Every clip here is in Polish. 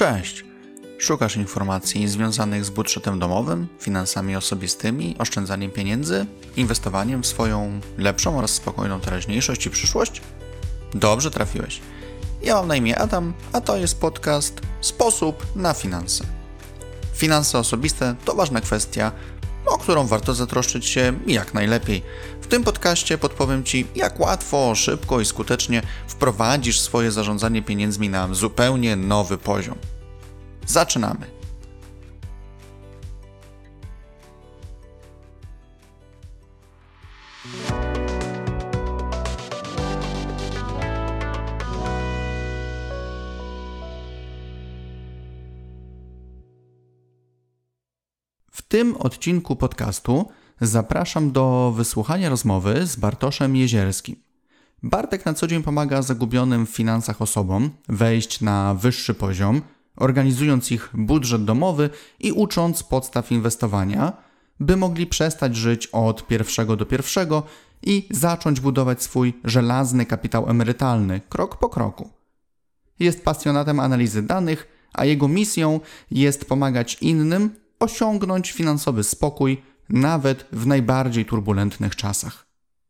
Cześć! Szukasz informacji związanych z budżetem domowym, finansami osobistymi, oszczędzaniem pieniędzy, inwestowaniem w swoją lepszą oraz spokojną teraźniejszość i przyszłość? Dobrze trafiłeś. Ja mam na imię Adam, a to jest podcast Sposób na finanse. Finanse osobiste to ważna kwestia, o którą warto zatroszczyć się jak najlepiej. W tym podcaście podpowiem Ci, jak łatwo, szybko i skutecznie wprowadzisz swoje zarządzanie pieniędzmi na zupełnie nowy poziom. Zaczynamy! W tym odcinku podcastu zapraszam do wysłuchania rozmowy z Bartoszem Jezierskim. Bartek na co dzień pomaga zagubionym w finansach osobom wejść na wyższy poziom, organizując ich budżet domowy i ucząc podstaw inwestowania, by mogli przestać żyć od pierwszego do pierwszego i zacząć budować swój żelazny kapitał emerytalny krok po kroku. Jest pasjonatem analizy danych, a jego misją jest pomagać innym osiągnąć finansowy spokój nawet w najbardziej turbulentnych czasach.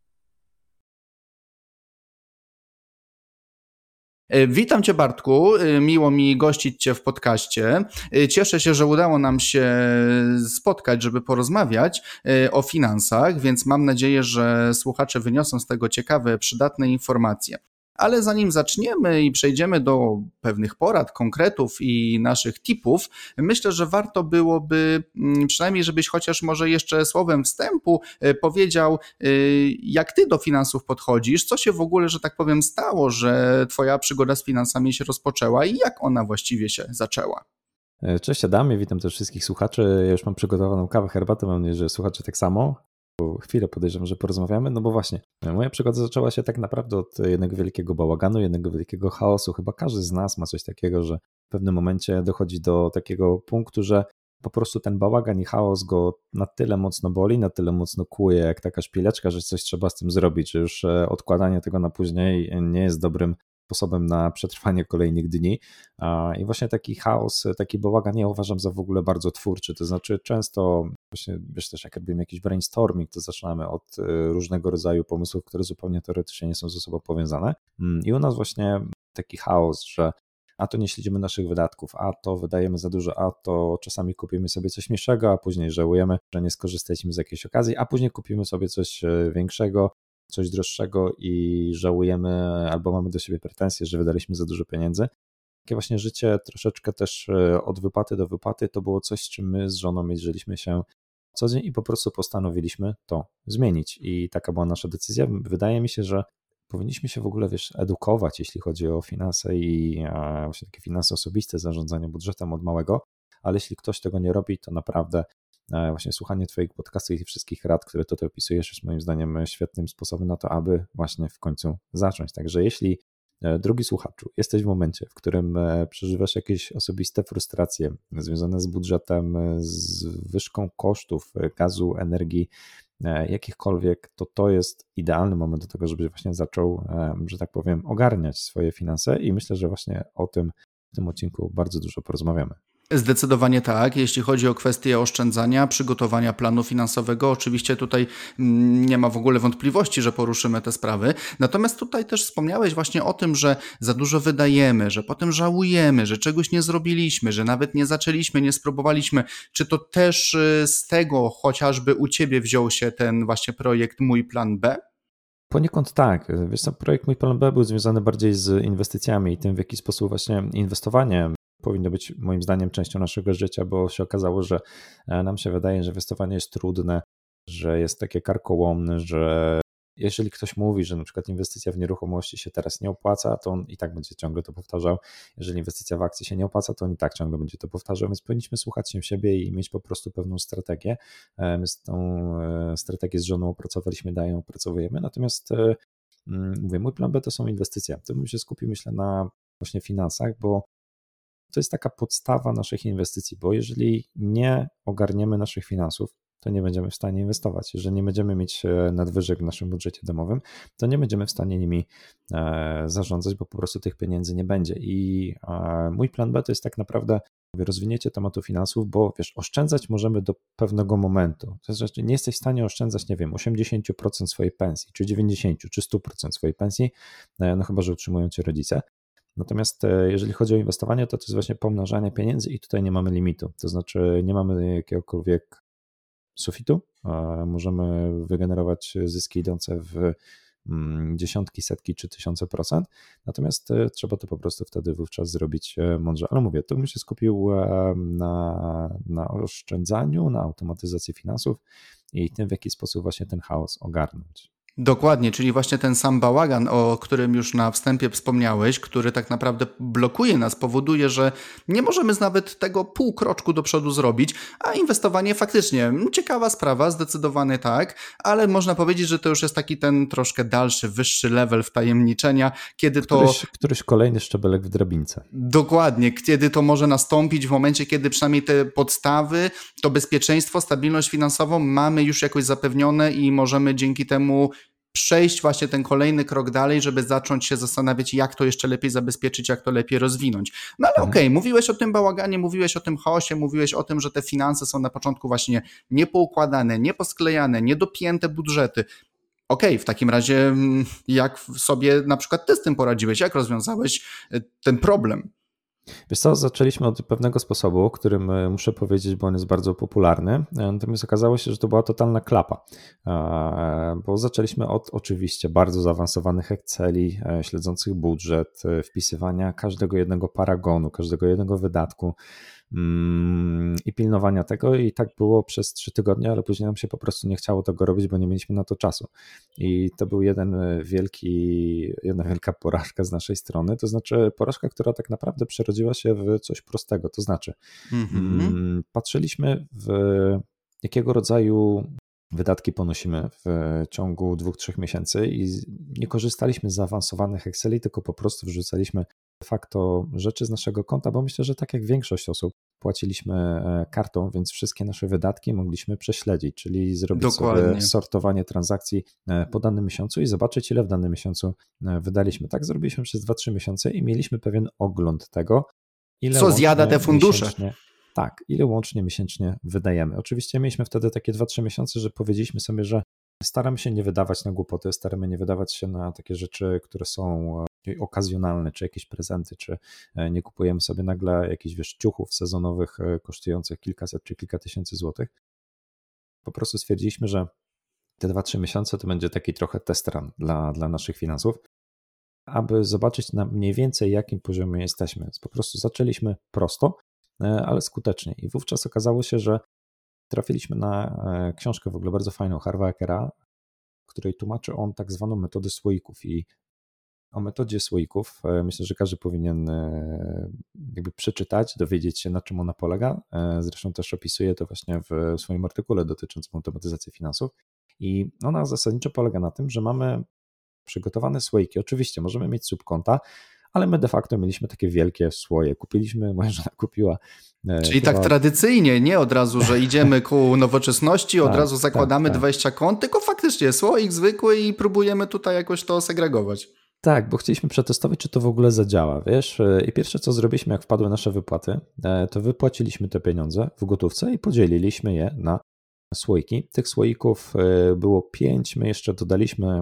Witam Cię, Bartku. Miło mi gościć Cię w podcaście. Cieszę się, że udało nam się spotkać, żeby porozmawiać o finansach, więc mam nadzieję, że słuchacze wyniosą z tego ciekawe, przydatne informacje. Ale zanim zaczniemy i przejdziemy do pewnych porad, konkretów i naszych tipów, myślę, że warto byłoby, przynajmniej żebyś chociaż może jeszcze słowem wstępu powiedział, jak Ty do finansów podchodzisz, co się w ogóle, że tak powiem, stało, że Twoja przygoda z finansami się rozpoczęła i jak ona właściwie się zaczęła. Cześć Adamie, witam też wszystkich słuchaczy. Ja już mam przygotowaną kawę, herbatę, mam nadzieję, że słuchacze tak samo. Chwilę podejrzewam, że porozmawiamy, no bo właśnie moja przygoda zaczęła się tak naprawdę od jednego wielkiego bałaganu, jednego wielkiego chaosu. Chyba każdy z nas ma coś takiego, że w pewnym momencie dochodzi do takiego punktu, że po prostu ten bałagan i chaos go na tyle mocno boli, na tyle mocno kłuje jak taka szpileczka, że coś trzeba z tym zrobić, że już odkładanie tego na później nie jest dobrym sposobem na przetrwanie kolejnych dni. I właśnie taki chaos, taki bałagan ja uważam za w ogóle bardzo twórczy, to znaczy często właśnie, wiesz też, jak robimy jakiś brainstorming, to zaczynamy od różnego rodzaju pomysłów, które zupełnie teoretycznie nie są ze sobą powiązane i u nas właśnie taki chaos, że a to nie śledzimy naszych wydatków, a to wydajemy za dużo, a to czasami kupimy sobie coś mniejszego, a później żałujemy, że nie skorzystaliśmy z jakiejś okazji, a później kupimy sobie coś większego, coś droższego i żałujemy albo mamy do siebie pretensje, że wydaliśmy za dużo pieniędzy. Takie właśnie życie troszeczkę też od wypłaty do wypłaty to było coś, z czym my z żoną mierzyliśmy się co dzień i po prostu postanowiliśmy to zmienić i taka była nasza decyzja. Wydaje mi się, że powinniśmy się w ogóle, edukować, jeśli chodzi o finanse i właśnie takie finanse osobiste, zarządzanie budżetem od małego, ale jeśli ktoś tego nie robi, to naprawdę właśnie słuchanie Twoich podcastów i wszystkich rad, które tutaj opisujesz, jest moim zdaniem świetnym sposobem na to, aby właśnie w końcu zacząć. Także jeśli, drogi słuchaczu, jesteś w momencie, w którym przeżywasz jakieś osobiste frustracje związane z budżetem, z wyżką kosztów gazu, energii, jakichkolwiek, to jest idealny moment do tego, żeby właśnie zaczął, że tak powiem, ogarniać swoje finanse i myślę, że właśnie o tym w tym odcinku bardzo dużo porozmawiamy. Zdecydowanie tak. Jeśli chodzi o kwestię oszczędzania, przygotowania planu finansowego, oczywiście tutaj nie ma w ogóle wątpliwości, że poruszymy te sprawy. Natomiast tutaj też wspomniałeś właśnie o tym, że za dużo wydajemy, że potem żałujemy, że czegoś nie zrobiliśmy, że nawet nie zaczęliśmy, nie spróbowaliśmy. Czy to też z tego chociażby u Ciebie wziął się ten właśnie projekt Mój Plan B? Poniekąd tak. Wiesz co, projekt Mój Plan B był związany bardziej z inwestycjami i tym, w jaki sposób właśnie inwestowanie powinno być moim zdaniem częścią naszego życia, bo się okazało, że nam się wydaje, że inwestowanie jest trudne, że jest takie karkołomne, że jeżeli ktoś mówi, że na przykład inwestycja w nieruchomości się teraz nie opłaca, to on i tak będzie ciągle to powtarzał. Jeżeli inwestycja w akcje się nie opłaca, to on i tak ciągle będzie to powtarzał, więc powinniśmy słuchać się siebie i mieć po prostu pewną strategię. My tą strategię z żoną opracowaliśmy, dalej ją opracowujemy, natomiast mówię, mój plan B to są inwestycje. To bym się skupił, myślę, na właśnie finansach, bo to jest taka podstawa naszych inwestycji, bo jeżeli nie ogarniemy naszych finansów, to nie będziemy w stanie inwestować. Jeżeli nie będziemy mieć nadwyżek w naszym budżecie domowym, to nie będziemy w stanie nimi zarządzać, bo po prostu tych pieniędzy nie będzie. I mój plan B to jest tak naprawdę rozwinięcie tematu finansów, bo wiesz, oszczędzać możemy do pewnego momentu. To znaczy nie jesteś w stanie oszczędzać, nie wiem, 80% swojej pensji, czy 90%, czy 100% swojej pensji, no chyba, że utrzymują cię rodzice. Natomiast jeżeli chodzi o inwestowanie, to jest właśnie pomnażanie pieniędzy i tutaj nie mamy limitu. To znaczy nie mamy jakiegokolwiek sufitu. Możemy wygenerować zyski idące w dziesiątki, setki czy tysiące procent, natomiast trzeba to po prostu wtedy wówczas zrobić mądrze. Ale mówię, to bym się skupił na oszczędzaniu, na automatyzacji finansów i tym, w jaki sposób właśnie ten chaos ogarnąć. Dokładnie, czyli właśnie ten sam bałagan, o którym już na wstępie wspomniałeś, który tak naprawdę blokuje nas, powoduje, że nie możemy nawet tego pół kroczku do przodu zrobić, a inwestowanie faktycznie ciekawa sprawa, zdecydowanie tak, ale można powiedzieć, że to już jest taki ten troszkę dalszy, wyższy level wtajemniczenia, kiedy Któryś kolejny szczebelek w drabince. Dokładnie, kiedy to może nastąpić w momencie, kiedy przynajmniej te podstawy, to bezpieczeństwo, stabilność finansową mamy już jakoś zapewnione i możemy dzięki temu przejść właśnie ten kolejny krok dalej, żeby zacząć się zastanawiać, jak to jeszcze lepiej zabezpieczyć, jak to lepiej rozwinąć. No ale okej, mówiłeś o tym bałaganie, mówiłeś o tym chaosie, mówiłeś o tym, że te finanse są na początku właśnie niepoukładane, nieposklejane, niedopięte budżety. Okej, w takim razie jak sobie na przykład ty z tym poradziłeś, jak rozwiązałeś ten problem? Wiesz co, zaczęliśmy od pewnego sposobu, o którym muszę powiedzieć, bo on jest bardzo popularny, natomiast okazało się, że to była totalna klapa, bo zaczęliśmy od oczywiście bardzo zaawansowanych Exceli, śledzących budżet, wpisywania każdego jednego paragonu, każdego jednego wydatku i pilnowania tego i tak było przez 3 tygodnie, ale później nam się po prostu nie chciało tego robić, bo nie mieliśmy na to czasu i to był jedna wielka porażka z naszej strony, to znaczy porażka, która tak naprawdę przerodziła się w coś prostego, to znaczy patrzyliśmy w jakiego rodzaju wydatki ponosimy w ciągu 2-3 miesięcy i nie korzystaliśmy z zaawansowanych Exceli, tylko po prostu wrzucaliśmy de facto rzeczy z naszego konta, bo myślę, że tak jak większość osób płaciliśmy kartą, więc wszystkie nasze wydatki mogliśmy prześledzić, czyli zrobić sobie sortowanie transakcji po danym miesiącu i zobaczyć, ile w danym miesiącu wydaliśmy. Tak zrobiliśmy przez 2-3 miesiące i mieliśmy pewien ogląd tego, ile co zjada te fundusze. Tak, ile łącznie miesięcznie wydajemy. Oczywiście mieliśmy wtedy takie 2-3 miesiące, że powiedzieliśmy sobie, że staramy się nie wydawać na głupoty, staramy nie wydawać się na takie rzeczy, które są okazjonalne, czy jakieś prezenty, czy nie kupujemy sobie nagle jakichś ciuchów sezonowych kosztujących kilkaset czy kilka tysięcy złotych. Po prostu stwierdziliśmy, że te 2-3 miesiące to będzie taki trochę test run dla naszych finansów, aby zobaczyć na mniej więcej jakim poziomie jesteśmy. Więc po prostu zaczęliśmy prosto, ale skutecznie i wówczas okazało się, że trafiliśmy na książkę w ogóle bardzo fajną Harva Ekera, w której tłumaczy on tak zwaną metodę słoików i o metodzie słoików myślę, że każdy powinien jakby przeczytać, dowiedzieć się, na czym ona polega. Zresztą też opisuje to właśnie w swoim artykule dotyczącym automatyzacji finansów i ona zasadniczo polega na tym, że mamy przygotowane słoiki. Oczywiście możemy mieć subkonta, ale my de facto mieliśmy takie wielkie słoje. Moja żona kupiła. Czyli tak tradycyjnie, nie od razu, że idziemy ku nowoczesności, od razu zakładamy 20 kont, tylko faktycznie słoik zwykły i próbujemy tutaj jakoś to segregować. Tak, bo chcieliśmy przetestować, czy to w ogóle zadziała, wiesz. I pierwsze, co zrobiliśmy, jak wpadły nasze wypłaty, to wypłaciliśmy te pieniądze w gotówce i podzieliliśmy je na słoiki. Tych słoików było 5, my jeszcze dodaliśmy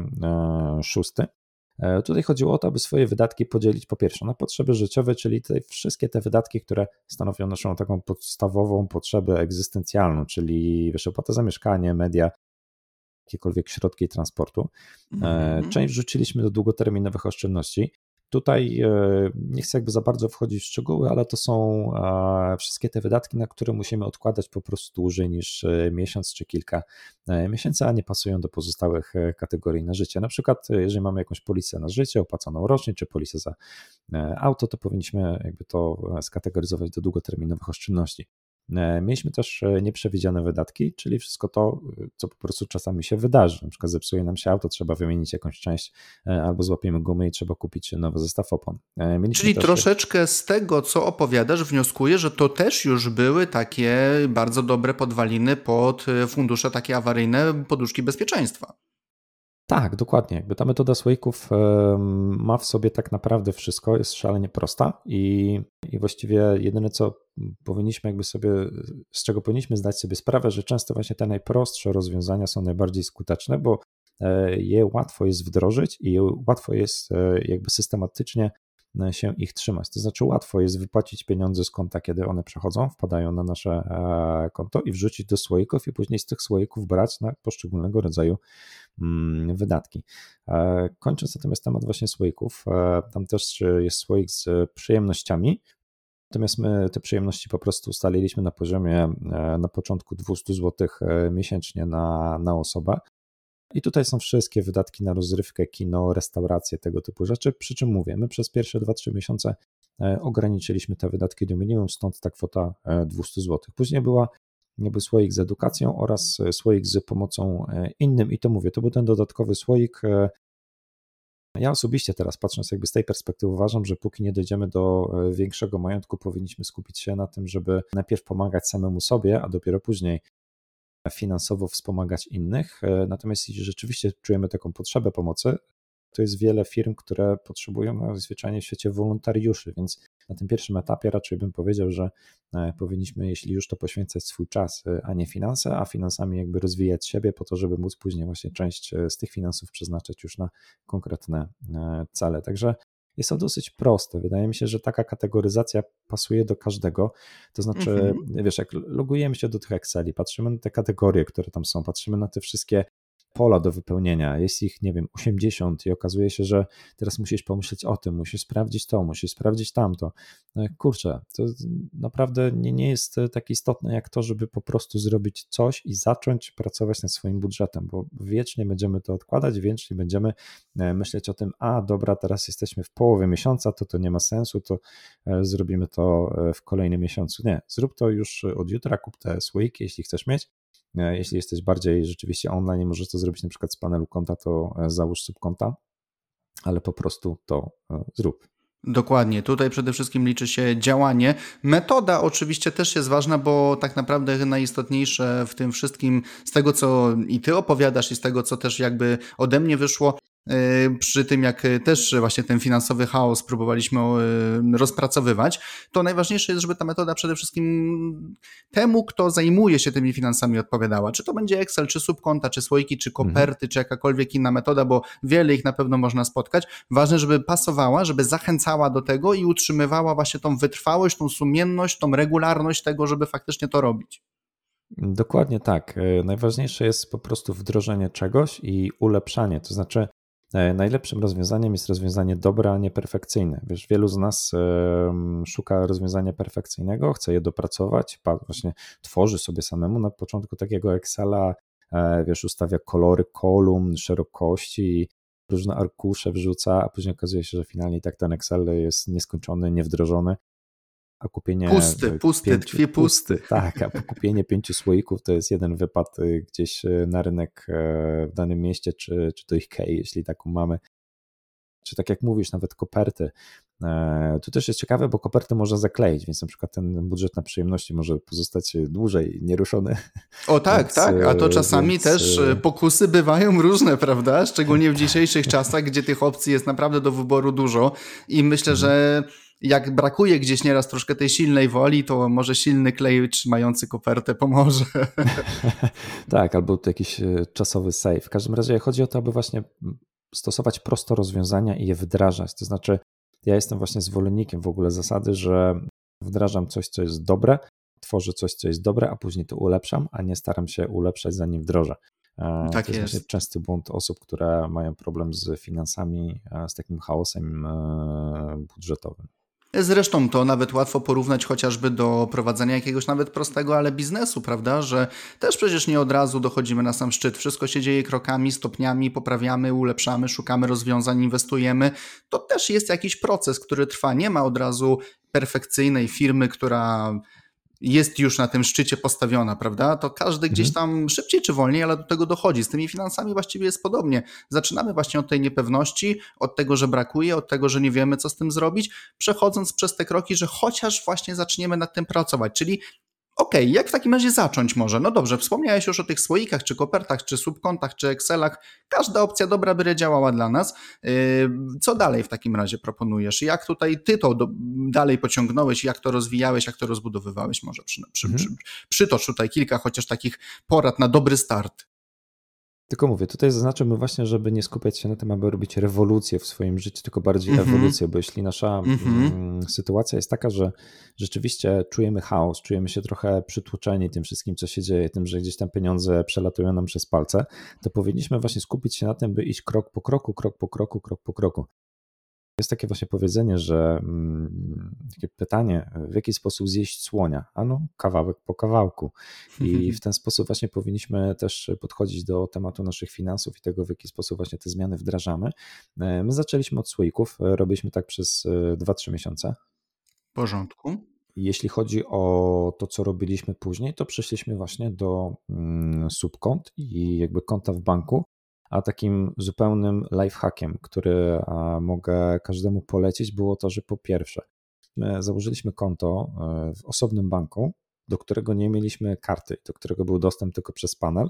6. Tutaj chodziło o to, aby swoje wydatki podzielić po pierwsze na potrzeby życiowe, czyli wszystkie te wydatki, które stanowią naszą taką podstawową potrzebę egzystencjalną, czyli wiesz, opłata za mieszkanie, media, jakiekolwiek środki transportu. Część wrzuciliśmy do długoterminowych oszczędności. Tutaj nie chcę jakby za bardzo wchodzić w szczegóły, ale to są wszystkie te wydatki, na które musimy odkładać po prostu dłużej niż miesiąc czy kilka miesięcy, a nie pasują do pozostałych kategorii na życie. Na przykład jeżeli mamy jakąś polisę na życie opłaconą rocznie, czy polisę za auto, to powinniśmy jakby to skategoryzować do długoterminowych oszczędności. Mieliśmy też nieprzewidziane wydatki, czyli wszystko to, co po prostu czasami się wydarzy. Na przykład zepsuje nam się auto, trzeba wymienić jakąś część, albo złapiemy gumę i trzeba kupić nowy zestaw opon. Czyli troszeczkę z tego, co opowiadasz, wnioskuję, że to też już były takie bardzo dobre podwaliny pod fundusze takie awaryjne, poduszki bezpieczeństwa. Tak, dokładnie. Jakby ta metoda słoików ma w sobie tak naprawdę wszystko, jest szalenie prosta i właściwie jedyne, co powinniśmy jakby sobie, z czego powinniśmy zdać sobie sprawę, że często właśnie te najprostsze rozwiązania są najbardziej skuteczne, bo je łatwo jest wdrożyć i łatwo jest jakby systematycznie się ich trzymać. To znaczy łatwo jest wypłacić pieniądze z konta, kiedy one przechodzą, wpadają na nasze konto i wrzucić do słoików i później z tych słoików brać na poszczególnego rodzaju wydatki. Kończąc natomiast temat właśnie słoików, tam też jest słoik z przyjemnościami, natomiast my te przyjemności po prostu ustaliliśmy na poziomie na początku 200 zł miesięcznie na osobę. I tutaj są wszystkie wydatki na rozrywkę, kino, restauracje, tego typu rzeczy, przy czym mówię, my przez pierwsze 2-3 miesiące ograniczyliśmy te wydatki do minimum, stąd ta kwota 200 zł. Później był słoik z edukacją oraz słoik z pomocą innym i to mówię, to był ten dodatkowy słoik. Ja osobiście teraz patrząc jakby z tej perspektywy uważam, że póki nie dojdziemy do większego majątku, powinniśmy skupić się na tym, żeby najpierw pomagać samemu sobie, a dopiero później finansowo wspomagać innych. Natomiast jeśli rzeczywiście czujemy taką potrzebę pomocy, to jest wiele firm, które potrzebują zwyczajnie w świecie wolontariuszy, więc na tym pierwszym etapie raczej bym powiedział, że powinniśmy, jeśli już to poświęcać swój czas, a nie finanse, a finansami jakby rozwijać siebie po to, żeby móc później właśnie część z tych finansów przeznaczać już na konkretne cele. Także jest to dosyć proste. Wydaje mi się, że taka kategoryzacja pasuje do każdego. To znaczy, wiesz, jak logujemy się do tych Exceli, patrzymy na te kategorie, które tam są, patrzymy na te wszystkie pola do wypełnienia, jest ich, nie wiem, 80 i okazuje się, że teraz musisz pomyśleć o tym, musisz sprawdzić to, musisz sprawdzić tamto. Kurczę, to naprawdę nie jest tak istotne jak to, żeby po prostu zrobić coś i zacząć pracować nad swoim budżetem, bo wiecznie będziemy to odkładać, wiecznie będziemy myśleć o tym, a dobra, teraz jesteśmy w połowie miesiąca, to nie ma sensu, to zrobimy to w kolejnym miesiącu. Nie, zrób to już od jutra, kup te słoiki, jeśli chcesz mieć. Jeśli jesteś bardziej rzeczywiście online i możesz to zrobić na przykład z panelu konta, to załóż subkonta, ale po prostu to zrób. Dokładnie, tutaj przede wszystkim liczy się działanie. Metoda oczywiście też jest ważna, bo tak naprawdę najistotniejsze w tym wszystkim, z tego co i ty opowiadasz i z tego co też jakby ode mnie wyszło, przy tym jak też właśnie ten finansowy chaos próbowaliśmy rozpracowywać, to najważniejsze jest, żeby ta metoda przede wszystkim temu, kto zajmuje się tymi finansami odpowiadała. Czy to będzie Excel, czy subkonta, czy słoiki, czy koperty, czy jakakolwiek inna metoda, bo wiele ich na pewno można spotkać. Ważne, żeby pasowała, żeby zachęcała do tego i utrzymywała właśnie tą wytrwałość, tą sumienność, tą regularność tego, żeby faktycznie to robić. Dokładnie tak. Najważniejsze jest po prostu wdrożenie czegoś i ulepszanie, to znaczy najlepszym rozwiązaniem jest rozwiązanie dobre, a nie perfekcyjne. Wiesz, wielu z nas szuka rozwiązania perfekcyjnego, chce je dopracować, właśnie tworzy sobie samemu na początku takiego Excela, wiesz, ustawia kolory kolumn, szerokości, różne arkusze wrzuca, a później okazuje się, że finalnie i tak ten Excel jest nieskończony, niewdrożony. A kupienie tkwi pusty. Tak, a kupienie 5 słoików to jest jeden wypad gdzieś na rynek w danym mieście, czy do Ikei, jeśli taką mamy. Czy tak jak mówisz, nawet koperty. To też jest ciekawe, bo koperty można zakleić, więc na przykład ten budżet na przyjemności może pozostać dłużej nieruszony. O tak, więc, tak, a to czasami też pokusy bywają różne, prawda? Szczególnie w dzisiejszych czasach, gdzie tych opcji jest naprawdę do wyboru dużo i myślę, że jak brakuje gdzieś nieraz troszkę tej silnej woli, to może silny klej trzymający kopertę pomoże. Tak, albo jakiś czasowy save. W każdym razie chodzi o to, aby właśnie stosować proste rozwiązania i je wdrażać. To znaczy, ja jestem właśnie zwolennikiem w ogóle zasady, że wdrażam coś, co jest dobre, tworzę coś, co jest dobre, a później to ulepszam, a nie staram się ulepszać, zanim wdrożę. Tak to jest właśnie częsty błąd osób, które mają problem z finansami, z takim chaosem budżetowym. Zresztą to nawet łatwo porównać chociażby do prowadzenia jakiegoś nawet prostego, ale biznesu, prawda, że też przecież nie od razu dochodzimy na sam szczyt. Wszystko się dzieje krokami, stopniami, poprawiamy, ulepszamy, szukamy rozwiązań, inwestujemy. To też jest jakiś proces, który trwa. Nie ma od razu perfekcyjnej firmy, która jest już na tym szczycie postawiona, prawda, to każdy gdzieś tam szybciej czy wolniej, ale do tego dochodzi. Z tymi finansami właściwie jest podobnie. Zaczynamy właśnie od tej niepewności, od tego, że brakuje, od tego, że nie wiemy, co z tym zrobić, przechodząc przez te kroki, że chociaż właśnie zaczniemy nad tym pracować, czyli okej, jak w takim razie zacząć może? No dobrze, wspomniałeś już o tych słoikach, czy kopertach, czy subkontach, czy Excelach. Każda opcja dobra by działała dla nas. Co dalej w takim razie proponujesz? Jak tutaj ty to dalej pociągnąłeś, jak to rozwijałeś, jak to rozbudowywałeś? Może przytocz tutaj kilka chociaż takich porad na dobry start. Tylko mówię, tutaj zaznaczymy właśnie, żeby nie skupiać się na tym, aby robić rewolucję w swoim życiu, tylko bardziej ewolucję, bo jeśli nasza sytuacja jest taka, że rzeczywiście czujemy chaos, czujemy się trochę przytłoczeni tym wszystkim, co się dzieje, tym, że gdzieś tam pieniądze przelatują nam przez palce, to powinniśmy właśnie skupić się na tym, by iść krok po kroku, krok po kroku, krok po kroku. Jest takie właśnie powiedzenie, że takie pytanie, w jaki sposób zjeść słonia? Ano, kawałek po kawałku. I w ten sposób właśnie powinniśmy też podchodzić do tematu naszych finansów i tego, w jaki sposób właśnie te zmiany wdrażamy. My zaczęliśmy od słoików, robiliśmy tak przez 2-3 miesiące. W porządku. Jeśli chodzi o to, co robiliśmy później, to przeszliśmy właśnie do subkont i jakby konta w banku. A takim zupełnym lifehackiem, który mogę każdemu polecić, było to, że po pierwsze, my założyliśmy konto w osobnym banku, do którego nie mieliśmy karty, do którego był dostęp tylko przez panel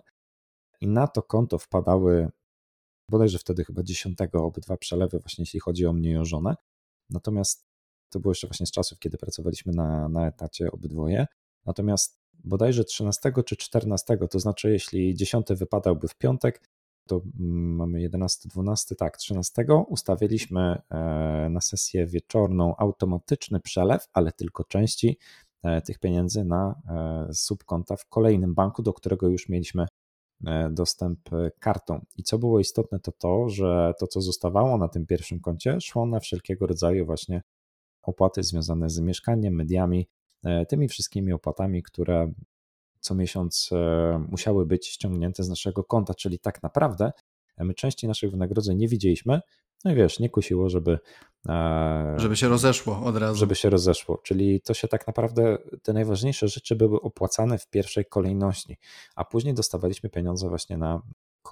i na to konto wpadały bodajże wtedy chyba 10 obydwa przelewy, właśnie jeśli chodzi o mnie i o żonę. Natomiast to było jeszcze właśnie z czasów, kiedy pracowaliśmy na etacie obydwoje. Natomiast bodajże 13 czy 14, to znaczy jeśli 10 wypadałby w piątek, to mamy 11, 12, tak, 13 ustawiliśmy na sesję wieczorną automatyczny przelew, ale tylko części tych pieniędzy na subkonta w kolejnym banku, do którego już mieliśmy dostęp kartą. I co było istotne, to to, że to, co zostawało na tym pierwszym koncie, szło na wszelkiego rodzaju właśnie opłaty związane z mieszkaniem, mediami, tymi wszystkimi opłatami, które co miesiąc musiały być ściągnięte z naszego konta, czyli tak naprawdę my części naszych wynagrodzeń nie widzieliśmy, no i wiesz, nie kusiło, żeby się rozeszło od razu. Żeby się rozeszło, czyli to się tak naprawdę, te najważniejsze rzeczy były opłacane w pierwszej kolejności, a później dostawaliśmy pieniądze właśnie na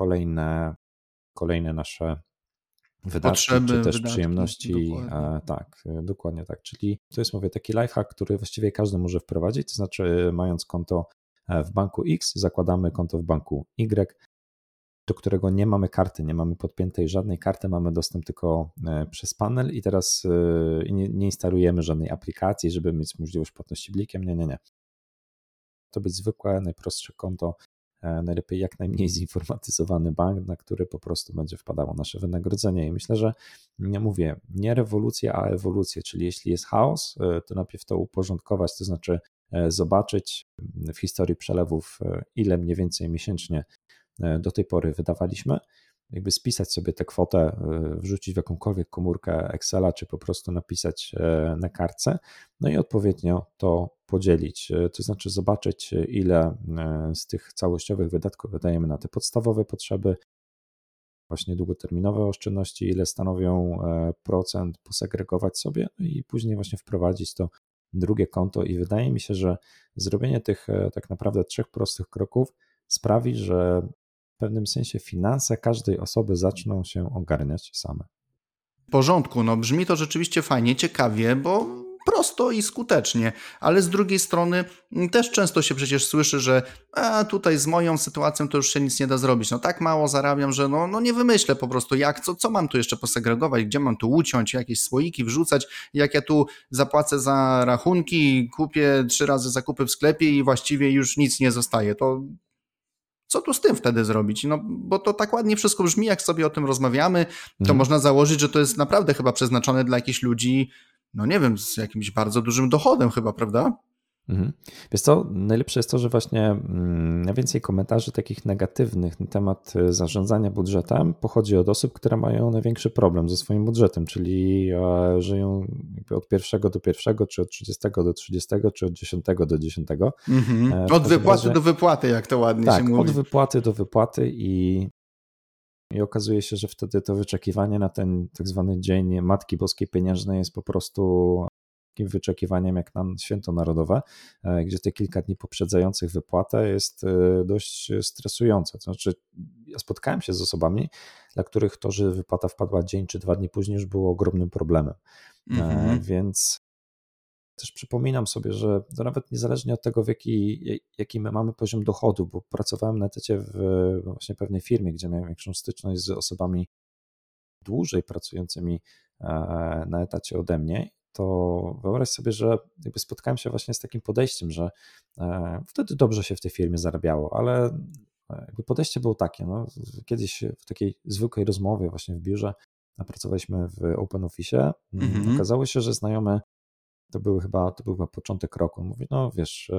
kolejne nasze wydatki, potrzeby, czy też wydatki, przyjemności. dokładnie. Tak, dokładnie tak, czyli to jest, mówię, taki lifehack, który właściwie każdy może wprowadzić, to znaczy mając konto w banku X, zakładamy konto w banku Y, do którego nie mamy karty, nie mamy podpiętej żadnej karty, mamy dostęp tylko przez panel i teraz nie instalujemy żadnej aplikacji, żeby mieć możliwość płatności blikiem, nie. To być zwykłe, najprostsze konto, najlepiej jak najmniej zinformatyzowany bank, na który po prostu będzie wpadało nasze wynagrodzenie i myślę, że mówię, nie rewolucja, a ewolucja, czyli jeśli jest chaos, to najpierw to uporządkować, to znaczy zobaczyć w historii przelewów, ile mniej więcej miesięcznie do tej pory wydawaliśmy, jakby spisać sobie tę kwotę, wrzucić w jakąkolwiek komórkę Excela, czy po prostu napisać na kartce, no i odpowiednio to podzielić, to znaczy zobaczyć, ile z tych całościowych wydatków wydajemy na te podstawowe potrzeby, właśnie długoterminowe oszczędności, ile stanowią procent, posegregować sobie i później właśnie wprowadzić to drugie konto i wydaje mi się, że zrobienie tych tak naprawdę 3 prostych kroków sprawi, że w pewnym sensie finanse każdej osoby zaczną się ogarniać same. W porządku, no brzmi to rzeczywiście fajnie, ciekawie, bo prosto i skutecznie, ale z drugiej strony też często się przecież słyszy, że tutaj z moją sytuacją to już się nic nie da zrobić, no tak mało zarabiam, że no nie wymyślę po prostu co mam tu jeszcze posegregować, gdzie mam tu uciąć, jakieś słoiki wrzucać, jak ja tu zapłacę za rachunki, kupię 3 razy zakupy w sklepie i właściwie już nic nie zostaje, to co tu z tym wtedy zrobić? No, bo to tak ładnie wszystko brzmi, jak sobie o tym rozmawiamy, to można założyć, że to jest naprawdę chyba przeznaczone dla jakichś ludzi, no nie wiem, z jakimś bardzo dużym dochodem chyba, prawda? Wiesz co, najlepsze jest to, że właśnie najwięcej komentarzy takich negatywnych na temat zarządzania budżetem pochodzi od osób, które mają największy problem ze swoim budżetem, czyli żyją jakby od 1 do 1, czy od 30 do 30, czy od 10 do 10. Od wypłaty do wypłaty, jak to ładnie się mówi. Tak, od wypłaty do wypłaty i okazuje się, że wtedy to wyczekiwanie na ten tak zwany dzień Matki Boskiej Pieniężnej jest po prostu takim wyczekiwaniem jak na święto narodowe, gdzie te kilka dni poprzedzających wypłatę jest dość stresujące. To znaczy, ja spotkałem się z osobami, dla których to, że wypłata wpadła dzień czy 2 dni później, już było ogromnym problemem. Więc też przypominam sobie, że to nawet niezależnie od tego, jaki my mamy poziom dochodu, bo pracowałem na etacie w właśnie pewnej firmie, gdzie miałem większą styczność z osobami dłużej pracującymi na etacie ode mnie, to wyobraź sobie, że jakby spotkałem się właśnie z takim podejściem, że wtedy dobrze się w tej firmie zarabiało, ale jakby podejście było takie, no, kiedyś w takiej zwykłej rozmowie właśnie w biurze, pracowaliśmy w Open Office, okazało się, że znajomy, to był chyba początek roku, mówi, no wiesz,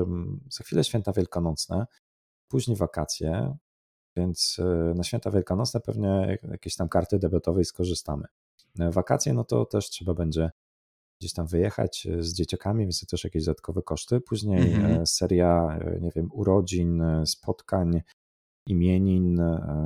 za chwilę święta wielkanocne, później wakacje, więc na święta wielkanocne pewnie jakieś tam karty debetowej skorzystamy. Wakacje, no to też trzeba będzie gdzieś tam wyjechać z dzieciakami, więc to też jakieś dodatkowe koszty. Później seria, nie wiem, urodzin, spotkań, imienin,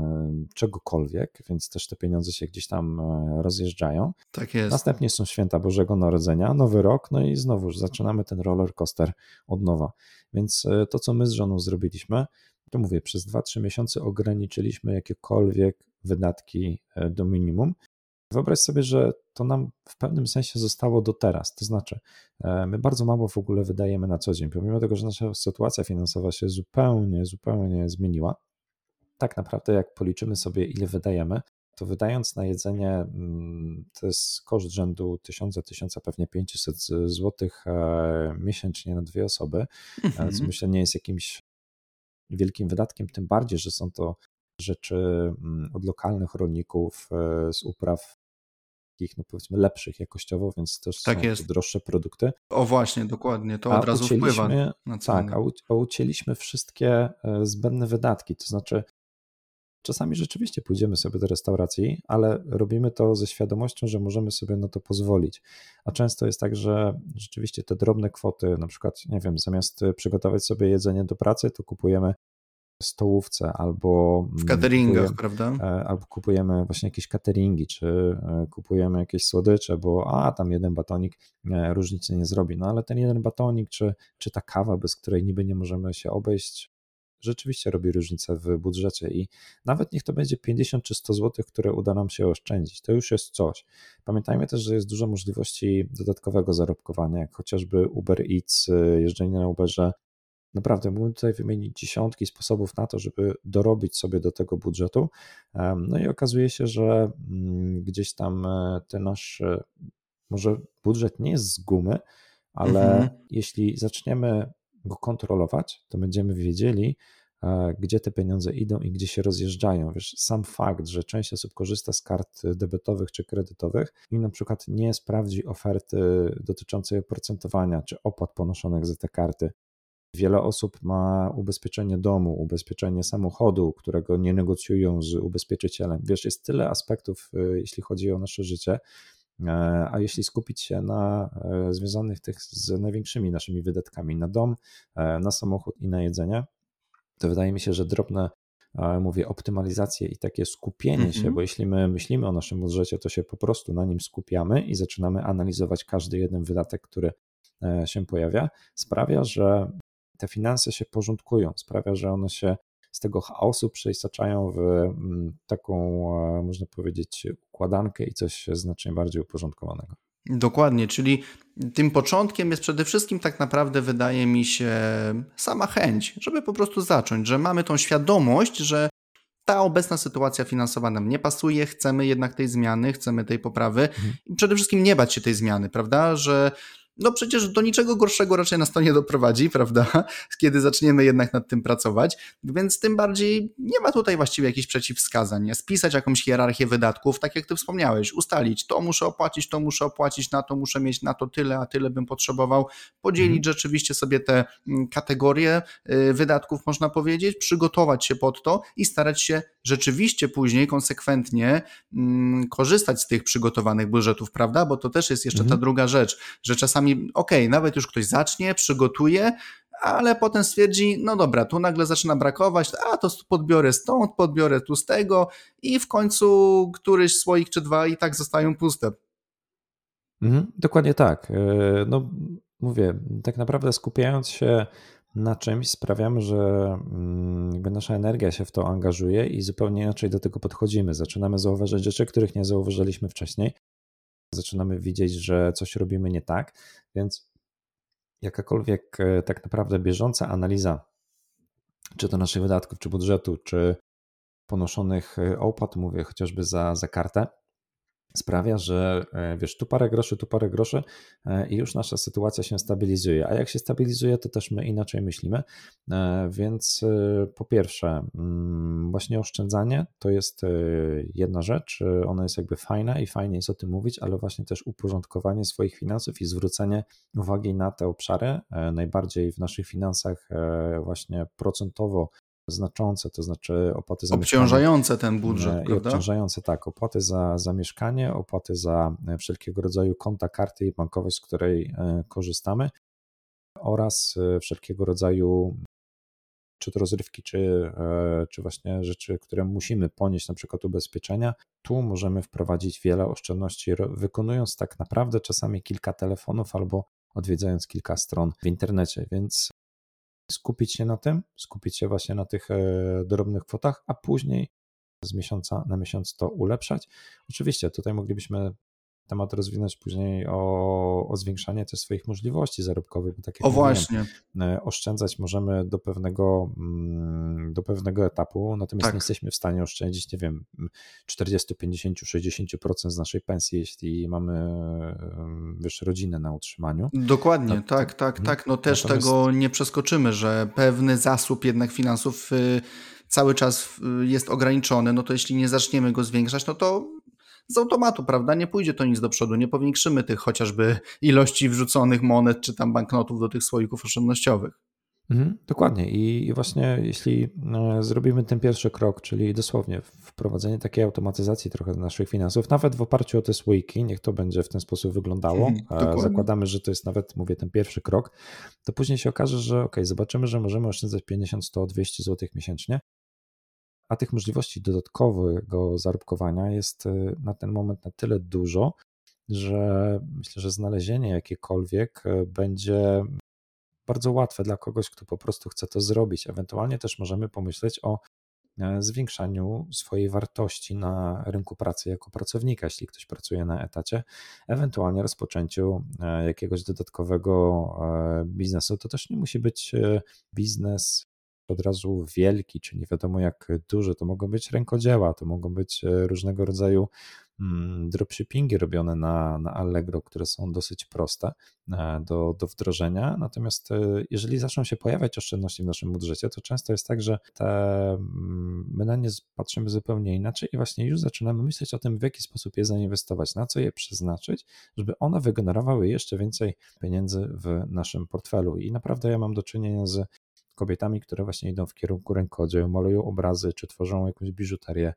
czegokolwiek, więc też te pieniądze się gdzieś tam rozjeżdżają. Tak jest. Następnie są święta Bożego Narodzenia, Nowy Rok, no i znowu zaczynamy ten roller coaster od nowa. Więc to, co my z żoną zrobiliśmy, to mówię, przez 2-3 miesiące ograniczyliśmy jakiekolwiek wydatki do minimum. Wyobraź sobie, że to nam w pewnym sensie zostało do teraz, to znaczy my bardzo mało w ogóle wydajemy na co dzień, pomimo tego, że nasza sytuacja finansowa się zupełnie zmieniła. Tak naprawdę jak policzymy sobie, ile wydajemy, to wydając na jedzenie, to jest koszt rzędu 1000 pewnie 500 zł miesięcznie na 2 osoby, co myślę nie jest jakimś wielkim wydatkiem, tym bardziej, że są to rzeczy od lokalnych rolników, z upraw takich, no powiedzmy, lepszych jakościowo, więc też Tak są jest. to droższe produkty. O właśnie, dokładnie, to od razu wpływa na cenę. Tak, a ucięliśmy wszystkie zbędne wydatki, to znaczy czasami rzeczywiście pójdziemy sobie do restauracji, ale robimy to ze świadomością, że możemy sobie na to pozwolić. A często jest tak, że rzeczywiście te drobne kwoty, na przykład, nie wiem, zamiast przygotować sobie jedzenie do pracy, to kupujemy w stołówce albo w cateringach, prawda? Albo kupujemy właśnie jakieś cateringi, czy kupujemy jakieś słodycze, bo tam jeden batonik różnicy nie zrobi. No ale ten jeden batonik, czy ta kawa, bez której niby nie możemy się obejść, rzeczywiście robi różnicę w budżecie i nawet niech to będzie 50 czy 100 zł, które uda nam się oszczędzić, to już jest coś. Pamiętajmy też, że jest dużo możliwości dodatkowego zarobkowania, jak chociażby Uber Eats, jeżdżenie na Uberze. Naprawdę mógłbym tutaj wymienić dziesiątki sposobów na to, żeby dorobić sobie do tego budżetu. No i okazuje się, że gdzieś tam ten nasz może budżet nie jest z gumy, ale jeśli zaczniemy go kontrolować, to będziemy wiedzieli, gdzie te pieniądze idą i gdzie się rozjeżdżają. Wiesz, sam fakt, że część osób korzysta z kart debetowych czy kredytowych i na przykład nie sprawdzi oferty dotyczącej oprocentowania czy opłat ponoszonych za te karty. Wiele osób ma ubezpieczenie domu, ubezpieczenie samochodu, którego nie negocjują z ubezpieczycielem. Wiesz, jest tyle aspektów, jeśli chodzi o nasze życie, a jeśli skupić się na związanych tych z największymi naszymi wydatkami na dom, na samochód i na jedzenie, to wydaje mi się, że drobne, mówię, optymalizacje i takie skupienie się, bo jeśli my myślimy o naszym budżecie, to się po prostu na nim skupiamy i zaczynamy analizować każdy jeden wydatek, który się pojawia, sprawia, że te finanse się porządkują, sprawia, że one się z tego chaosu przeistaczają w taką, można powiedzieć, układankę i coś znacznie bardziej uporządkowanego. Dokładnie, czyli tym początkiem jest przede wszystkim tak naprawdę, wydaje mi się, sama chęć, żeby po prostu zacząć, że mamy tą świadomość, że ta obecna sytuacja finansowa nam nie pasuje, chcemy jednak tej zmiany, chcemy tej poprawy i przede wszystkim nie bać się tej zmiany, prawda, że no przecież do niczego gorszego raczej nas to nie doprowadzi, prawda, kiedy zaczniemy jednak nad tym pracować, więc tym bardziej nie ma tutaj właściwie jakichś przeciwwskazań, spisać jakąś hierarchię wydatków, tak jak ty wspomniałeś, ustalić, to muszę opłacić, na to muszę mieć, na to tyle, a tyle bym potrzebował, podzielić rzeczywiście sobie te kategorie wydatków, można powiedzieć, przygotować się pod to i starać się rzeczywiście później konsekwentnie korzystać z tych przygotowanych budżetów, prawda, bo to też jest jeszcze ta druga rzecz, że czasami nawet już ktoś zacznie, przygotuje, ale potem stwierdzi, no dobra, tu nagle zaczyna brakować, to podbiorę stąd, podbiorę tu z tego i w końcu któryś słoik czy dwa i tak zostają puste. Dokładnie tak. No mówię, tak naprawdę skupiając się na czymś sprawiamy, że jakby nasza energia się w to angażuje i zupełnie inaczej do tego podchodzimy. Zaczynamy zauważać rzeczy, których nie zauważyliśmy wcześniej. Zaczynamy widzieć, że coś robimy nie tak, więc jakakolwiek tak naprawdę bieżąca analiza, czy to naszych wydatków, czy budżetu, czy ponoszonych opłat, mówię chociażby za kartę, sprawia, że wiesz, tu parę groszy i już nasza sytuacja się stabilizuje. A jak się stabilizuje, to też my inaczej myślimy. Więc po pierwsze, właśnie oszczędzanie to jest jedna rzecz, ona jest jakby fajna i fajnie jest o tym mówić, ale właśnie też uporządkowanie swoich finansów i zwrócenie uwagi na te obszary, najbardziej w naszych finansach właśnie procentowo znaczące, to znaczy opłaty za Obciążające ten budżet, i prawda? obciążające, tak, opłaty za mieszkanie, opłaty za wszelkiego rodzaju konta, karty i bankowość, z której korzystamy oraz wszelkiego rodzaju czy to rozrywki, czy właśnie rzeczy, które musimy ponieść, na przykład ubezpieczenia. Tu możemy wprowadzić wiele oszczędności, wykonując tak naprawdę czasami kilka telefonów albo odwiedzając kilka stron w internecie, więc skupić się na tym, skupić się właśnie na tych drobnych kwotach, a później z miesiąca na miesiąc to ulepszać. Oczywiście tutaj moglibyśmy temat rozwinąć później o zwiększanie też swoich możliwości zarobkowych, bo tak jak mówiłem, właśnie. oszczędzać możemy do pewnego etapu, natomiast Tak. nie jesteśmy w stanie oszczędzić, nie wiem, 40, 50, 60% z naszej pensji, jeśli mamy, wiesz, rodzinę na utrzymaniu. Dokładnie, tak. No też tego nie przeskoczymy, że pewny zasób jednak finansów cały czas jest ograniczony, no to jeśli nie zaczniemy go zwiększać, no to z automatu, prawda, nie pójdzie to nic do przodu, nie powiększymy tych chociażby ilości wrzuconych monet czy tam banknotów do tych słoików oszczędnościowych. Dokładnie i właśnie jeśli zrobimy ten pierwszy krok, czyli dosłownie wprowadzenie takiej automatyzacji trochę naszych finansów, nawet w oparciu o te słoiki, niech to będzie w ten sposób wyglądało, Dokładnie. zakładamy, że to jest nawet, mówię, ten pierwszy krok, to później się okaże, że zobaczymy, że możemy oszczędzać 50, 100, 200 zł miesięcznie, a tych możliwości dodatkowego zarobkowania jest na ten moment na tyle dużo, że myślę, że znalezienie jakiekolwiek będzie bardzo łatwe dla kogoś, kto po prostu chce to zrobić. Ewentualnie też możemy pomyśleć o zwiększaniu swojej wartości na rynku pracy jako pracownika, jeśli ktoś pracuje na etacie, ewentualnie rozpoczęciu jakiegoś dodatkowego biznesu. To też nie musi być biznes od razu wielki, czy nie wiadomo jak duży, to mogą być rękodzieła, to mogą być różnego rodzaju dropshippingi robione na Allegro, które są dosyć proste do wdrożenia. Natomiast jeżeli zaczną się pojawiać oszczędności w naszym budżecie, to często jest tak, że my na nie patrzymy zupełnie inaczej i właśnie już zaczynamy myśleć o tym, w jaki sposób je zainwestować, na co je przeznaczyć, żeby one wygenerowały jeszcze więcej pieniędzy w naszym portfelu. I naprawdę ja mam do czynienia z kobietami, które właśnie idą w kierunku rękodzieł, malują obrazy, czy tworzą jakąś biżuterię.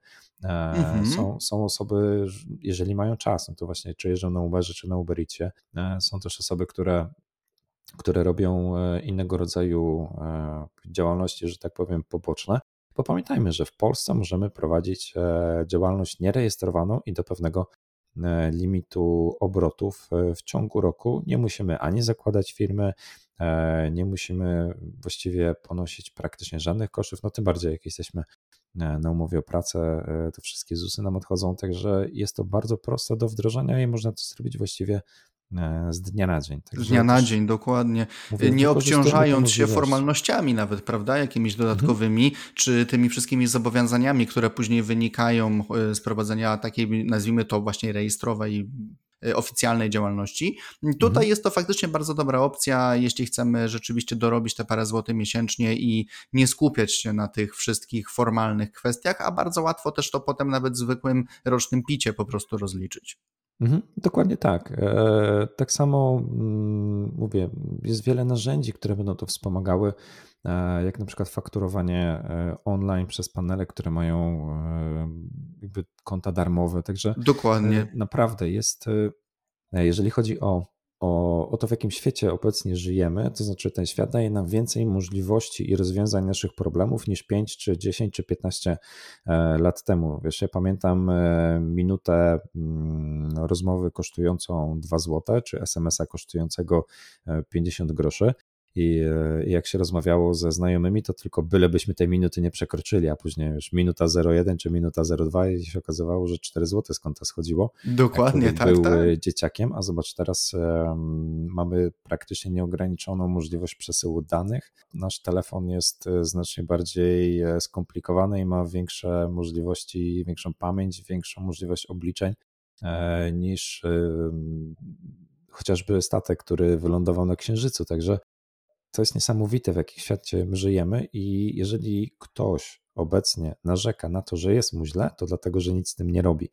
Są osoby, jeżeli mają czas, no to właśnie czy jeżdżą na Uberze, czy na Uber Eatsie. Są też osoby, które robią innego rodzaju działalności, że tak powiem, poboczne. Bo pamiętajmy, że w Polsce możemy prowadzić działalność nierejestrowaną i do pewnego limitu obrotów w ciągu roku. Nie musimy ani zakładać firmy, nie musimy właściwie ponosić praktycznie żadnych kosztów, no tym bardziej jak jesteśmy na umowie o pracę, to wszystkie ZUS-y nam odchodzą, także jest to bardzo proste do wdrożenia i można to zrobić właściwie z dnia na dzień. Z dnia na dzień, dokładnie. Mówię, nie obciążając się możliwości. Formalnościami nawet, prawda, jakimiś dodatkowymi, czy tymi wszystkimi zobowiązaniami, które później wynikają z prowadzenia takiej, nazwijmy to właśnie rejestrowej, oficjalnej działalności. Tutaj jest to faktycznie bardzo dobra opcja, jeśli chcemy rzeczywiście dorobić te parę złotych miesięcznie i nie skupiać się na tych wszystkich formalnych kwestiach, a bardzo łatwo też to potem nawet w zwykłym rocznym picie po prostu rozliczyć. Dokładnie tak. Tak samo mówię, jest wiele narzędzi, które będą to wspomagały, jak na przykład fakturowanie online przez panele, które mają jakby konta darmowe. Także Dokładnie. naprawdę jest, jeżeli chodzi o to, w jakim świecie obecnie żyjemy, to znaczy ten świat daje nam więcej możliwości i rozwiązań naszych problemów niż 5, czy 10, czy 15 lat temu. Wiesz, ja pamiętam minutę rozmowy kosztującą 2 zł, czy SMS-a kosztującego 50 groszy. I jak się rozmawiało ze znajomymi, to tylko bylebyśmy tej minuty nie przekroczyli, a później już minuta 01 czy minuta 02 i się okazywało, że 4 zł z konta schodziło. Dokładnie, jak tak, był tak. dzieciakiem, a zobacz, teraz mamy praktycznie nieograniczoną możliwość przesyłu danych. Nasz telefon jest znacznie bardziej skomplikowany i ma większe możliwości, większą pamięć, większą możliwość obliczeń niż chociażby statek, który wylądował na Księżycu, także to jest niesamowite, w jakim świecie my żyjemy i jeżeli ktoś obecnie narzeka na to, że jest mu źle, to dlatego, że nic z tym nie robi.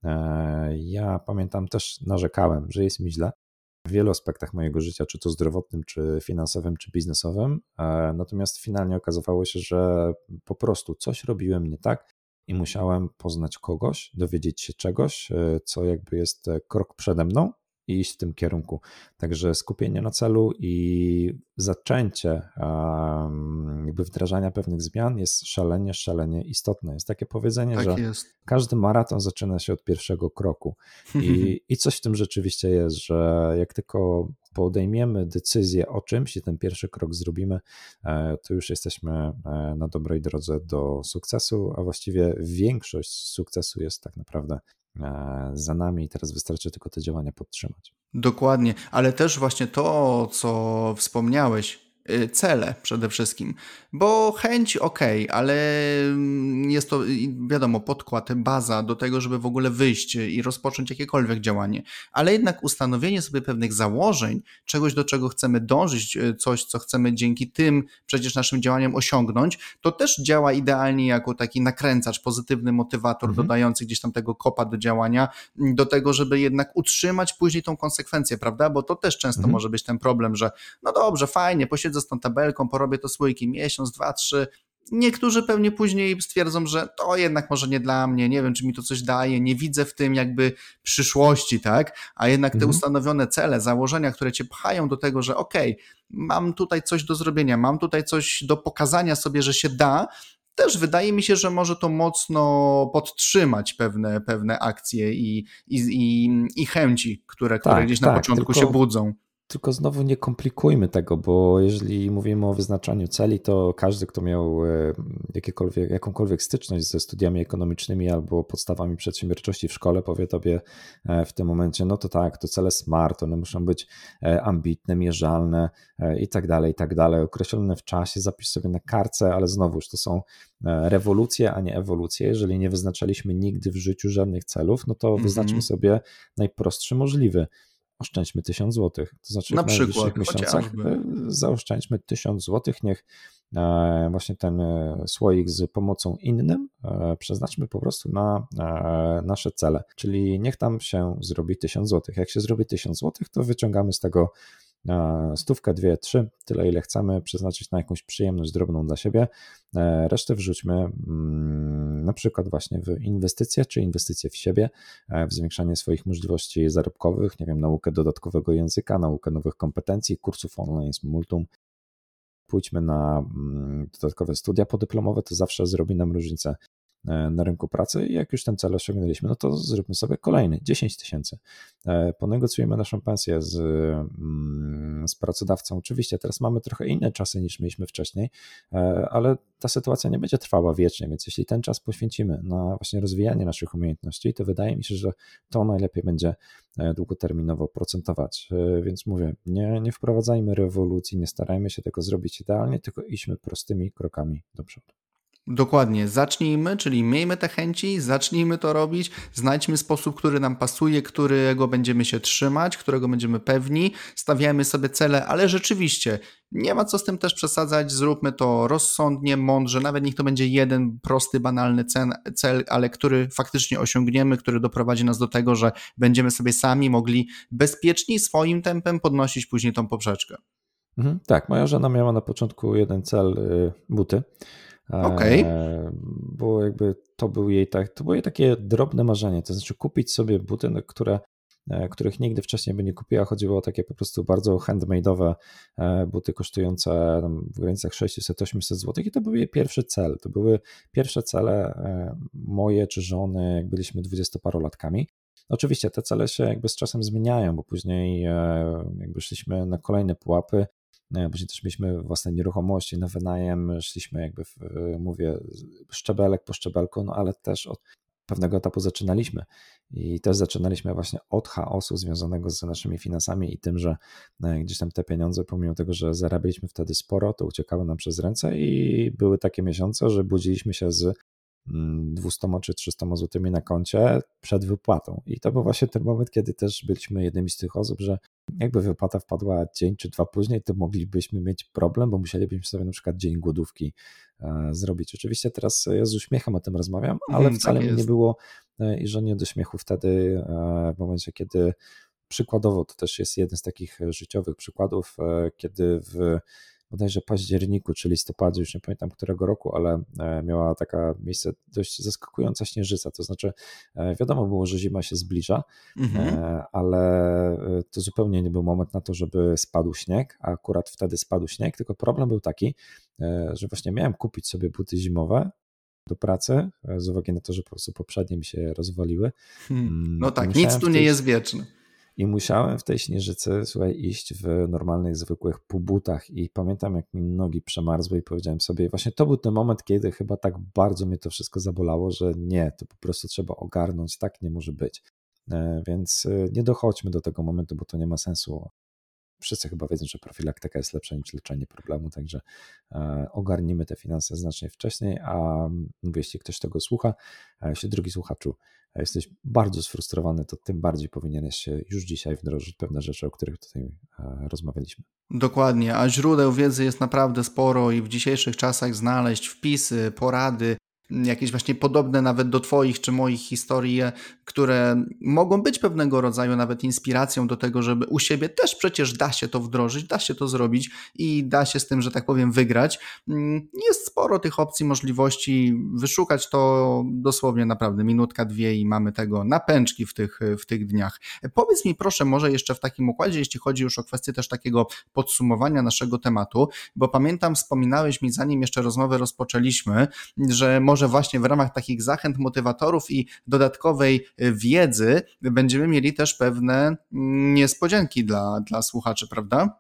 Ja pamiętam też narzekałem, że jest mi źle w wielu aspektach mojego życia, czy to zdrowotnym, czy finansowym, czy biznesowym, natomiast finalnie okazywało się, że po prostu coś robiłem nie tak i musiałem poznać kogoś, dowiedzieć się czegoś, co jakby jest krok przede mną i iść w tym kierunku. Także skupienie na celu i zaczęcie jakby wdrażania pewnych zmian jest szalenie istotne. Jest takie powiedzenie, Tak że jest. każdy maraton zaczyna się od pierwszego kroku i coś w tym rzeczywiście jest, że jak tylko podejmiemy decyzję o czymś i ten pierwszy krok zrobimy, to już jesteśmy na dobrej drodze do sukcesu, a właściwie większość sukcesu jest tak naprawdę za nami i teraz wystarczy tylko te działania podtrzymać. Dokładnie, ale też właśnie to, co wspomniałeś, cele przede wszystkim, bo chęć ale jest to wiadomo podkład, baza do tego, żeby w ogóle wyjść i rozpocząć jakiekolwiek działanie, ale jednak ustanowienie sobie pewnych założeń, czegoś do czego chcemy dążyć, coś co chcemy dzięki tym przecież naszym działaniom osiągnąć, to też działa idealnie jako taki nakręcacz, pozytywny motywator dodający gdzieś tam tego kopa do działania, do tego, żeby jednak utrzymać później tą konsekwencję, prawda, bo to też często może być ten problem, że no dobrze, fajnie, posiedzę z tą tabelką, porobię to słoiki miesiąc, 2, 3. Niektórzy pewnie później stwierdzą, że to jednak może nie dla mnie, nie wiem, czy mi to coś daje, nie widzę w tym jakby przyszłości, tak? A jednak te ustanowione cele, założenia, które cię pchają do tego, że okej, mam tutaj coś do zrobienia, mam tutaj coś do pokazania sobie, że się da, też wydaje mi się, że może to mocno podtrzymać pewne akcje i chęci, które gdzieś na początku się budzą. Tylko znowu nie komplikujmy tego, bo jeżeli mówimy o wyznaczaniu celi, to każdy, kto miał jakąkolwiek styczność ze studiami ekonomicznymi albo podstawami przedsiębiorczości w szkole, powie tobie w tym momencie, no to tak, to cele SMART, one muszą być ambitne, mierzalne i tak dalej, określone w czasie, zapisz sobie na kartce, ale znowuż to są rewolucje, a nie ewolucje. Jeżeli nie wyznaczaliśmy nigdy w życiu żadnych celów, no to wyznaczmy sobie najprostszy możliwy. Oszczędźmy 1000 zł. To znaczy na w najbliższych przykład, miesiącach zaoszczędźmy 1000 zł, niech właśnie ten słoik z pomocą innym przeznaczmy po prostu na nasze cele, czyli niech tam się zrobi 1000 zł. Jak się zrobi 1000 zł, to wyciągamy z tego 100, 2, 3, tyle ile chcemy przeznaczyć na jakąś przyjemność drobną dla siebie, resztę wrzućmy na przykład właśnie w inwestycje, czy inwestycje w siebie, w zwiększanie swoich możliwości zarobkowych, nie wiem, naukę dodatkowego języka, naukę nowych kompetencji, kursów online jest multum. Pójdźmy na dodatkowe studia podyplomowe, to zawsze zrobi nam różnicę na rynku pracy i jak już ten cel osiągnęliśmy, no to zróbmy sobie kolejny 10 000. Ponegocjujemy naszą pensję z pracodawcą. Oczywiście teraz mamy trochę inne czasy niż mieliśmy wcześniej, ale ta sytuacja nie będzie trwała wiecznie, więc jeśli ten czas poświęcimy na właśnie rozwijanie naszych umiejętności, to wydaje mi się, że to najlepiej będzie długoterminowo procentować. Więc mówię, nie wprowadzajmy rewolucji, nie starajmy się tego zrobić idealnie, tylko idźmy prostymi krokami do przodu. Dokładnie, zacznijmy, czyli miejmy te chęci, zacznijmy to robić, znajdźmy sposób, który nam pasuje, którego będziemy się trzymać, którego będziemy pewni, stawiamy sobie cele, ale rzeczywiście nie ma co z tym też przesadzać, zróbmy to rozsądnie, mądrze, nawet niech to będzie jeden prosty, banalny cel, ale który faktycznie osiągniemy, który doprowadzi nas do tego, że będziemy sobie sami mogli bezpieczni swoim tempem podnosić później tą poprzeczkę. Tak, moja żona miała na początku jeden cel, buty. Okay. Bo jakby to było jej takie drobne marzenie, to znaczy kupić sobie buty, których nigdy wcześniej by nie kupiła. Chodziło o takie po prostu bardzo handmade'owe buty kosztujące w granicach 600-800 zł i to był jej pierwszy cel. To były pierwsze cele moje czy żony, jak byliśmy 20-parolatkami. Oczywiście te cele się jakby z czasem zmieniają, bo później jakby szliśmy na kolejne pułapy, później też mieliśmy własne nieruchomości na wynajem, szliśmy jakby, mówię, szczebelek po szczebelku, no ale też od pewnego etapu zaczynaliśmy i też zaczynaliśmy właśnie od chaosu związanego z naszymi finansami i tym, że gdzieś tam te pieniądze, pomimo tego, że zarabialiśmy wtedy sporo, to uciekały nam przez ręce i były takie miesiące, że budziliśmy się z 200 czy 300 złotymi na koncie przed wypłatą. I to był właśnie ten moment, kiedy też byliśmy jednymi z tych osób, że jakby wypłata wpadła dzień czy dwa później, to moglibyśmy mieć problem, bo musielibyśmy sobie na przykład dzień głodówki zrobić. Oczywiście teraz ja z uśmiechem o tym rozmawiam, ale wcale mi nie było i że nie do śmiechu wtedy, w momencie, kiedy przykładowo, to też jest jeden z takich życiowych przykładów, kiedy w bodajże październiku czy listopadzie, już nie pamiętam którego roku, ale miała taka miejsce dość zaskakująca śnieżyca, to znaczy wiadomo było, że zima się zbliża, ale to zupełnie nie był moment na to, żeby spadł śnieg, a akurat wtedy spadł śnieg, tylko problem był taki, że właśnie miałem kupić sobie buty zimowe do pracy, z uwagi na to, że po prostu poprzednie mi się rozwaliły. No tak, nic tu nie jest wieczne. I musiałem w tej śnieżycy, słuchaj, iść w normalnych, zwykłych półbutach i pamiętam, jak mi nogi przemarzły i powiedziałem sobie, właśnie to był ten moment, kiedy chyba tak bardzo mnie to wszystko zabolało, że nie, to po prostu trzeba ogarnąć, tak nie może być. Więc nie dochodźmy do tego momentu, bo to nie ma sensu. Wszyscy chyba wiedzą, że profilaktyka jest lepsza niż leczenie problemu, także ogarnijmy te finanse znacznie wcześniej, a mówię, jeśli ktoś tego słucha, a jeśli drogi słuchaczu jesteś bardzo sfrustrowany, to tym bardziej powinieneś się już dzisiaj wdrożyć pewne rzeczy, o których tutaj rozmawialiśmy. Dokładnie, a źródeł wiedzy jest naprawdę sporo i w dzisiejszych czasach znaleźć wpisy, porady, jakieś właśnie podobne nawet do Twoich czy moich historii, które mogą być pewnego rodzaju nawet inspiracją do tego, żeby u siebie też przecież da się to wdrożyć, da się to zrobić i da się z tym, że tak powiem, wygrać. Jest sporo tych opcji, możliwości, wyszukać to dosłownie naprawdę minutka, dwie i mamy tego na pęczki w tych dniach. Powiedz mi proszę może jeszcze w takim układzie, jeśli chodzi już o kwestię też takiego podsumowania naszego tematu, bo pamiętam, wspominałeś mi zanim jeszcze rozmowę rozpoczęliśmy, że może właśnie w ramach takich zachęt, motywatorów i dodatkowej wiedzy będziemy mieli też pewne niespodzianki dla słuchaczy, prawda?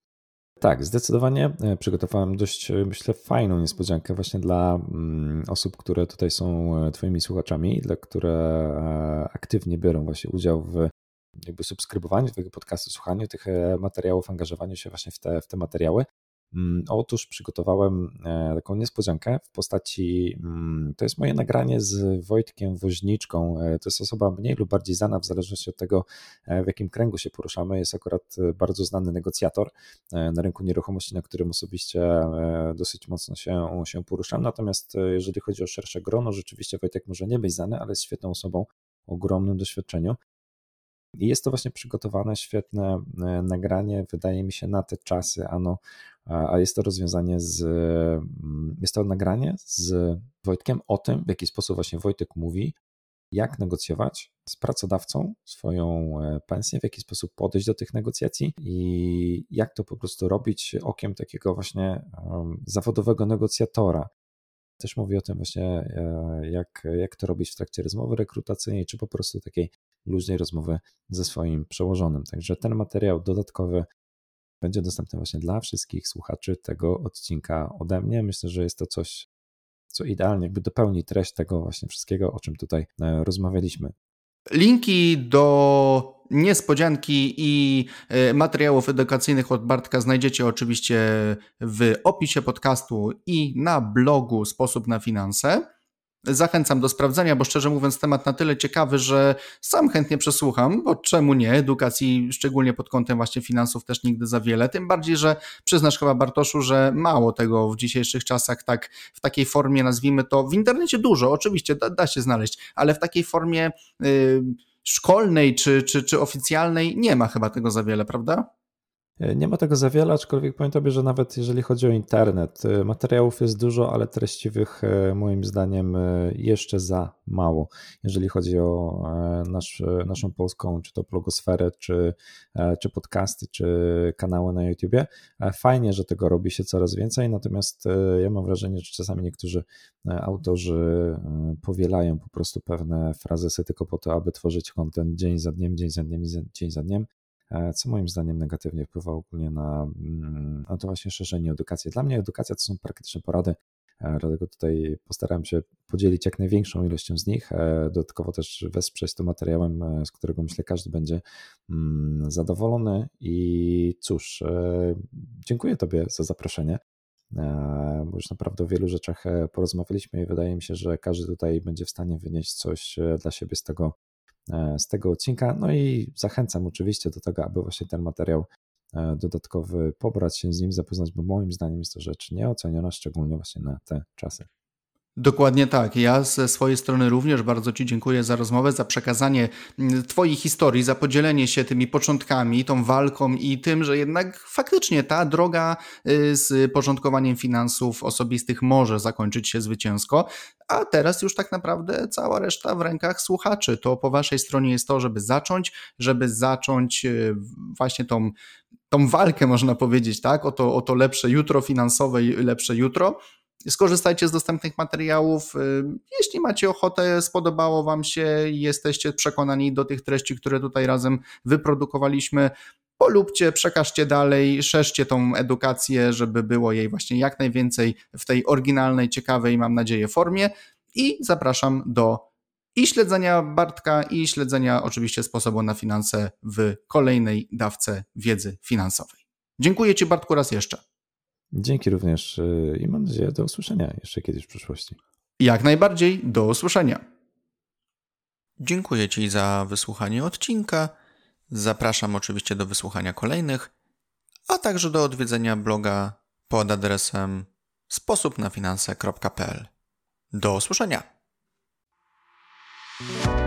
Tak, zdecydowanie przygotowałem dość, myślę, fajną niespodziankę właśnie dla osób, które tutaj są Twoimi słuchaczami, dla które aktywnie biorą właśnie udział w jakby subskrybowaniu tego podcastu, słuchaniu tych materiałów, angażowaniu się właśnie w te materiały. Otóż przygotowałem taką niespodziankę w postaci, to jest moje nagranie z Wojtkiem Woźniczką, to jest osoba mniej lub bardziej znana w zależności od tego, w jakim kręgu się poruszamy, jest akurat bardzo znany negocjator na rynku nieruchomości, na którym osobiście dosyć mocno się poruszam, natomiast jeżeli chodzi o szersze grono, rzeczywiście Wojtek może nie być znany, ale jest świetną osobą o ogromnym doświadczeniu. I jest to właśnie przygotowane, świetne nagranie, wydaje mi się, na te czasy, a jest to rozwiązanie jest to nagranie z Wojtkiem o tym, w jaki sposób właśnie Wojtek mówi, jak negocjować z pracodawcą swoją pensję, w jaki sposób podejść do tych negocjacji i jak to po prostu robić okiem takiego właśnie zawodowego negocjatora. Też mówi o tym właśnie, jak to robić w trakcie rozmowy rekrutacyjnej, czy po prostu takiej luźnej rozmowy ze swoim przełożonym. Także ten materiał dodatkowy będzie dostępny właśnie dla wszystkich słuchaczy tego odcinka ode mnie. Myślę, że jest to coś, co idealnie jakby dopełni treść tego właśnie wszystkiego, o czym tutaj rozmawialiśmy. Linki do niespodzianki i materiałów edukacyjnych od Bartka znajdziecie oczywiście w opisie podcastu i na blogu Sposób na Finanse. Zachęcam do sprawdzenia, bo szczerze mówiąc temat na tyle ciekawy, że sam chętnie przesłucham, bo czemu nie? Edukacji, szczególnie pod kątem właśnie finansów też nigdy za wiele, tym bardziej, że przyznasz chyba Bartoszu, że mało tego w dzisiejszych czasach tak w takiej formie, nazwijmy to, w internecie dużo, oczywiście da się znaleźć, ale w takiej formie szkolnej czy oficjalnej nie ma chyba tego za wiele, prawda? Nie ma tego za wiele, aczkolwiek powiem Tobie, że nawet jeżeli chodzi o internet, materiałów jest dużo, ale treściwych moim zdaniem jeszcze za mało. Jeżeli chodzi o naszą polską, czy to blogosferę, czy podcasty, czy kanały na YouTubie. Fajnie, że tego robi się coraz więcej, natomiast ja mam wrażenie, że czasami niektórzy autorzy powielają po prostu pewne frazesy tylko po to, aby tworzyć content dzień za dniem, dzień za dniem, co moim zdaniem negatywnie wpływa ogólnie na to właśnie szerzenie edukacji. Dla mnie edukacja to są praktyczne porady, dlatego tutaj postarałem się podzielić jak największą ilością z nich, dodatkowo też wesprzeć to materiałem, z którego myślę każdy będzie zadowolony i cóż, dziękuję Tobie za zaproszenie, bo już naprawdę o wielu rzeczach porozmawialiśmy i wydaje mi się, że każdy tutaj będzie w stanie wynieść coś dla siebie z tego odcinka. No i zachęcam oczywiście do tego, aby właśnie ten materiał dodatkowy pobrać się z nim, zapoznać, bo moim zdaniem jest to rzecz nieoceniona, szczególnie właśnie na te czasy. Dokładnie tak. Ja ze swojej strony również bardzo Ci dziękuję za rozmowę, za przekazanie Twojej historii, za podzielenie się tymi początkami, tą walką i tym, że jednak faktycznie ta droga z porządkowaniem finansów osobistych może zakończyć się zwycięsko, a teraz już tak naprawdę cała reszta w rękach słuchaczy. To po Waszej stronie jest to, żeby zacząć właśnie tą walkę, można powiedzieć, tak, o to lepsze jutro finansowe i lepsze jutro. Skorzystajcie z dostępnych materiałów. Jeśli macie ochotę, spodobało Wam się, jesteście przekonani do tych treści, które tutaj razem wyprodukowaliśmy, polubcie, przekażcie dalej, szerzcie tą edukację, żeby było jej właśnie jak najwięcej w tej oryginalnej, ciekawej, mam nadzieję, formie. I zapraszam do i śledzenia Bartka, i śledzenia oczywiście sposobu na finanse w kolejnej dawce wiedzy finansowej. Dziękuję Ci, Bartku, raz jeszcze. Dzięki również i mam nadzieję do usłyszenia jeszcze kiedyś w przyszłości. Jak najbardziej, do usłyszenia. Dziękuję Ci za wysłuchanie odcinka. Zapraszam oczywiście do wysłuchania kolejnych, a także do odwiedzenia bloga pod adresem sposobnafinanse.pl. Do usłyszenia.